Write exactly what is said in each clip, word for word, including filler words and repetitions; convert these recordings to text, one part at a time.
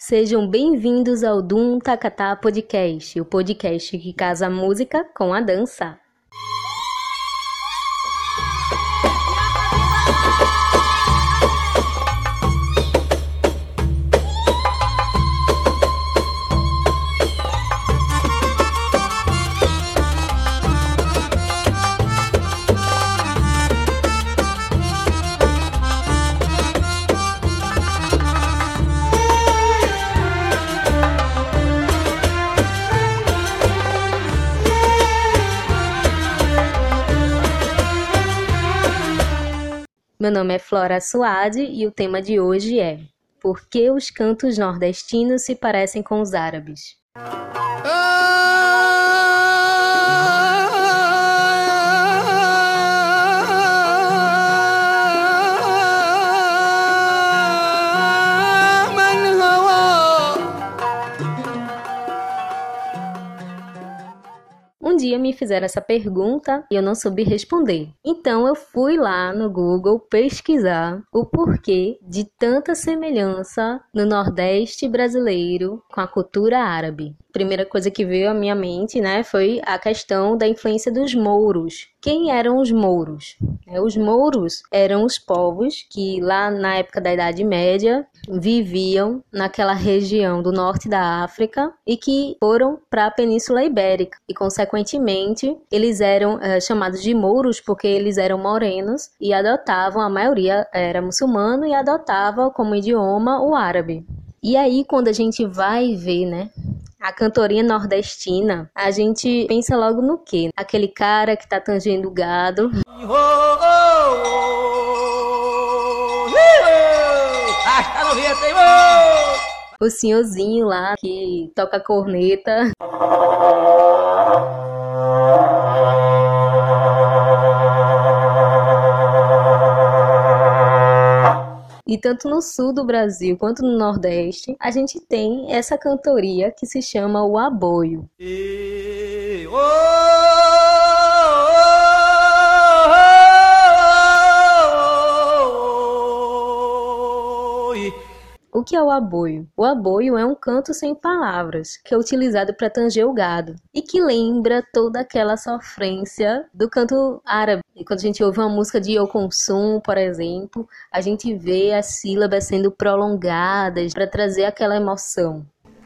Sejam bem-vindos ao Dum Takatá Podcast, o podcast que casa a música com a dança. Meu nome é Flora Suade e o tema de hoje é Por que os cantos nordestinos se parecem com os árabes? Um dia me fizeram essa pergunta e eu não soube responder. Então eu fui lá no Google pesquisar o porquê de tanta semelhança no Nordeste brasileiro com a cultura árabe. Primeira coisa que veio à minha mente, né, foi a questão da influência dos mouros. Quem eram os mouros? Os mouros eram os povos que lá na época da Idade Média viviam naquela região do norte da África e que foram para a Península Ibérica. E, consequentemente, eles eram é, chamados de mouros porque eles eram morenos e adotavam, a maioria era muçulmano e adotava como idioma o árabe. E aí, quando a gente vai ver, né, a cantoria nordestina, a gente pensa logo no quê? Aquele cara que tá tangendo o gado. O senhorzinho lá que toca corneta. E tanto no sul do Brasil quanto no Nordeste, a gente tem essa cantoria que se chama o aboio. E, oh, oh, oh, oh. O que é o aboio? O aboio é um canto sem palavras, que é utilizado para tanger o gado, e que lembra toda aquela sofrência do canto árabe. E quando a gente ouve uma música de Yokonsum, por exemplo, a gente vê as sílabas sendo prolongadas para trazer aquela emoção.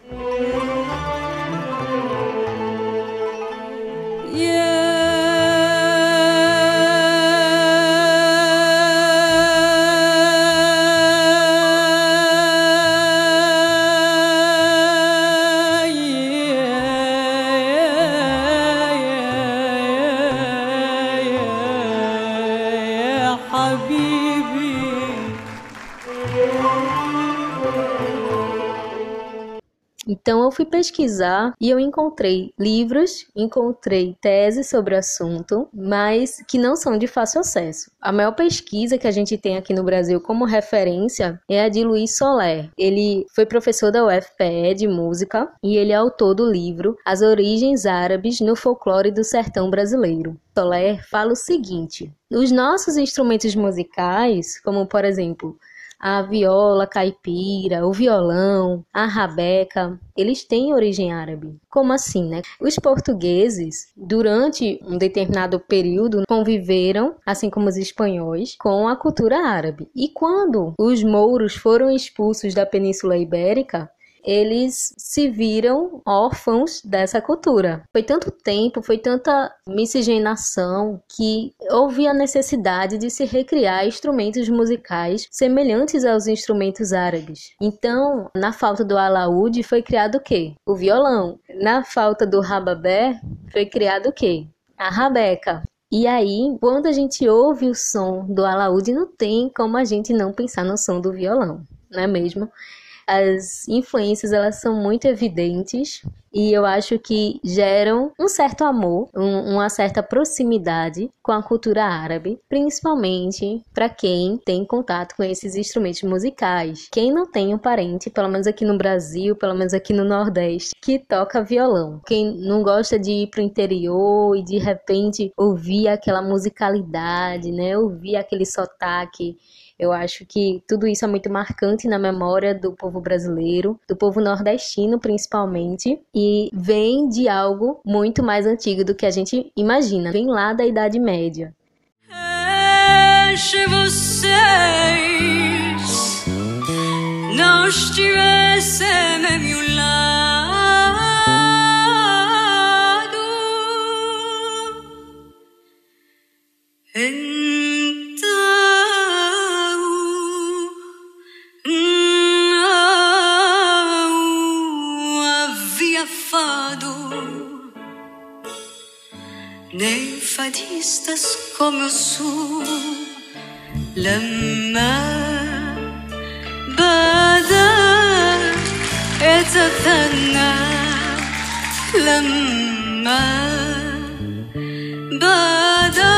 Yeah. Então eu fui pesquisar e eu encontrei livros, encontrei teses sobre o assunto, mas que não são de fácil acesso. A maior pesquisa que a gente tem aqui no Brasil como referência é a de Luiz Soler. Ele foi professor da U F P E de música e ele é autor do livro As Origens Árabes no Folclore do Sertão Brasileiro. Soler fala o seguinte: os nossos instrumentos musicais, como por exemplo a viola caipira, o violão, a rabeca, eles têm origem árabe. Como assim, né? Os portugueses, durante um determinado período, conviveram, assim como os espanhóis, com a cultura árabe. E quando os mouros foram expulsos da Península Ibérica, eles se viram órfãos dessa cultura. Foi tanto tempo, foi tanta miscigenação que houve a necessidade de se recriar instrumentos musicais semelhantes aos instrumentos árabes. Então, na falta do alaúde, foi criado o quê? O violão. Na falta do rababé, foi criado o quê? A rabeca. E aí, quando a gente ouve o som do alaúde, não tem como a gente não pensar no som do violão, não é mesmo? As influências, elas são muito evidentes e eu acho que geram um certo amor, um, uma certa proximidade com a cultura árabe, principalmente para quem tem contato com esses instrumentos musicais. Quem não tem um parente, pelo menos aqui no Brasil, pelo menos aqui no Nordeste, que toca violão. Quem não gosta de ir pro interior e de repente ouvir aquela musicalidade, né? Ouvir aquele sotaque Eu acho que tudo isso é muito marcante na memória do povo brasileiro, do povo nordestino principalmente, e vem de algo muito mais antigo do que a gente imagina. Vem lá da Idade Média. Se vocês não estivessem a meu lado, então não havia fado, nem fadistas como eu sou. لما بدا يتثنى لما بدا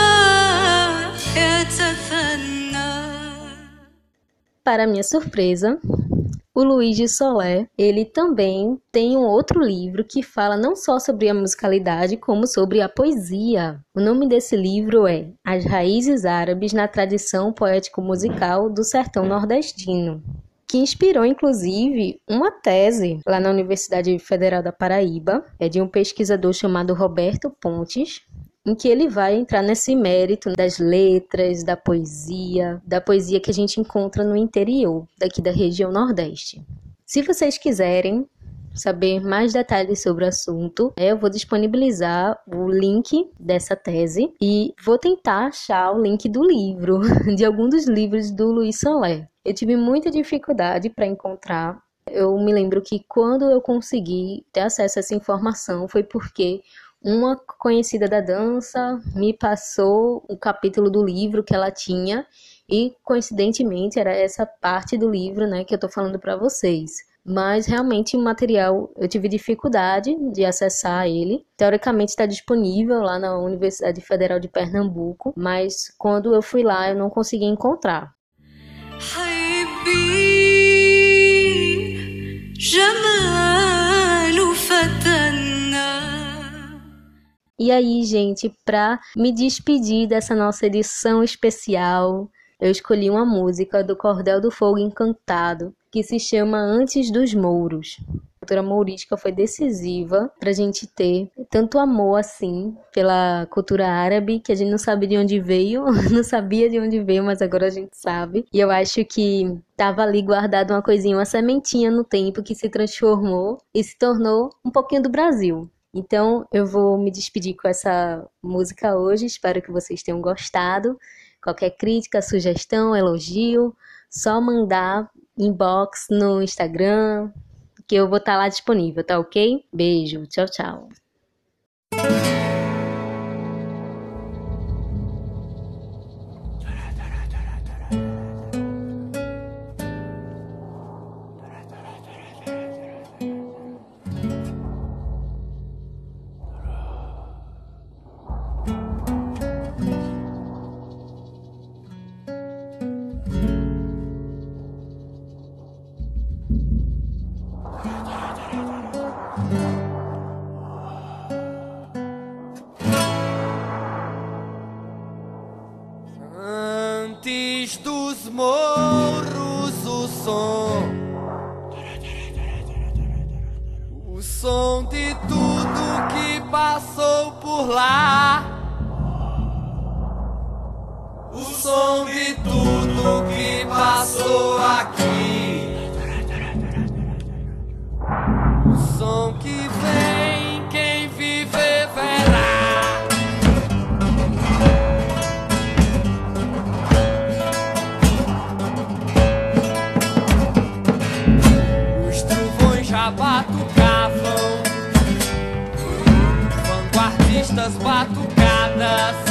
يتثنى. Para minha surpresa, o Luiz de Solé, ele também tem um outro livro que fala não só sobre a musicalidade, como sobre a poesia. O nome desse livro é As Raízes Árabes na Tradição Poético-Musical do Sertão Nordestino, que inspirou, inclusive, uma tese lá na Universidade Federal da Paraíba, é de um pesquisador chamado Roberto Pontes, em que ele vai entrar nesse mérito das letras, da poesia, da poesia que a gente encontra no interior, daqui da região Nordeste. Se vocês quiserem saber mais detalhes sobre o assunto, eu vou disponibilizar o link dessa tese e vou tentar achar o link do livro, de algum dos livros do Luiz Solé. Eu tive muita dificuldade para encontrar. Eu me lembro que quando eu consegui ter acesso a essa informação foi porque uma conhecida da dança me passou o capítulo do livro que ela tinha e, coincidentemente, era essa parte do livro, né, que eu tô falando para vocês. Mas, realmente, o material, eu tive dificuldade de acessar ele. Teoricamente, está disponível lá na Universidade Federal de Pernambuco, mas quando eu fui lá, eu não consegui encontrar. E aí, gente, para me despedir dessa nossa edição especial, eu escolhi uma música do Cordel do Fogo Encantado, que se chama Antes dos Mouros. A cultura mourística foi decisiva para a gente ter tanto amor assim pela cultura árabe, que a gente não sabe de onde veio, não sabia de onde veio, mas agora a gente sabe. E eu acho que estava ali guardado uma coisinha, uma sementinha no tempo que se transformou e se tornou um pouquinho do Brasil. Então, eu vou me despedir com essa música hoje. Espero que vocês tenham gostado. Qualquer crítica, sugestão, elogio, só mandar inbox no Instagram, que eu vou estar lá disponível, tá ok? Beijo, tchau, tchau. Antes dos mouros o som, o som de tudo que passou por lá, o som de tudo que passou aqui, o som que vem, quem viver verá. Batucavam, vanguardistas batucadas.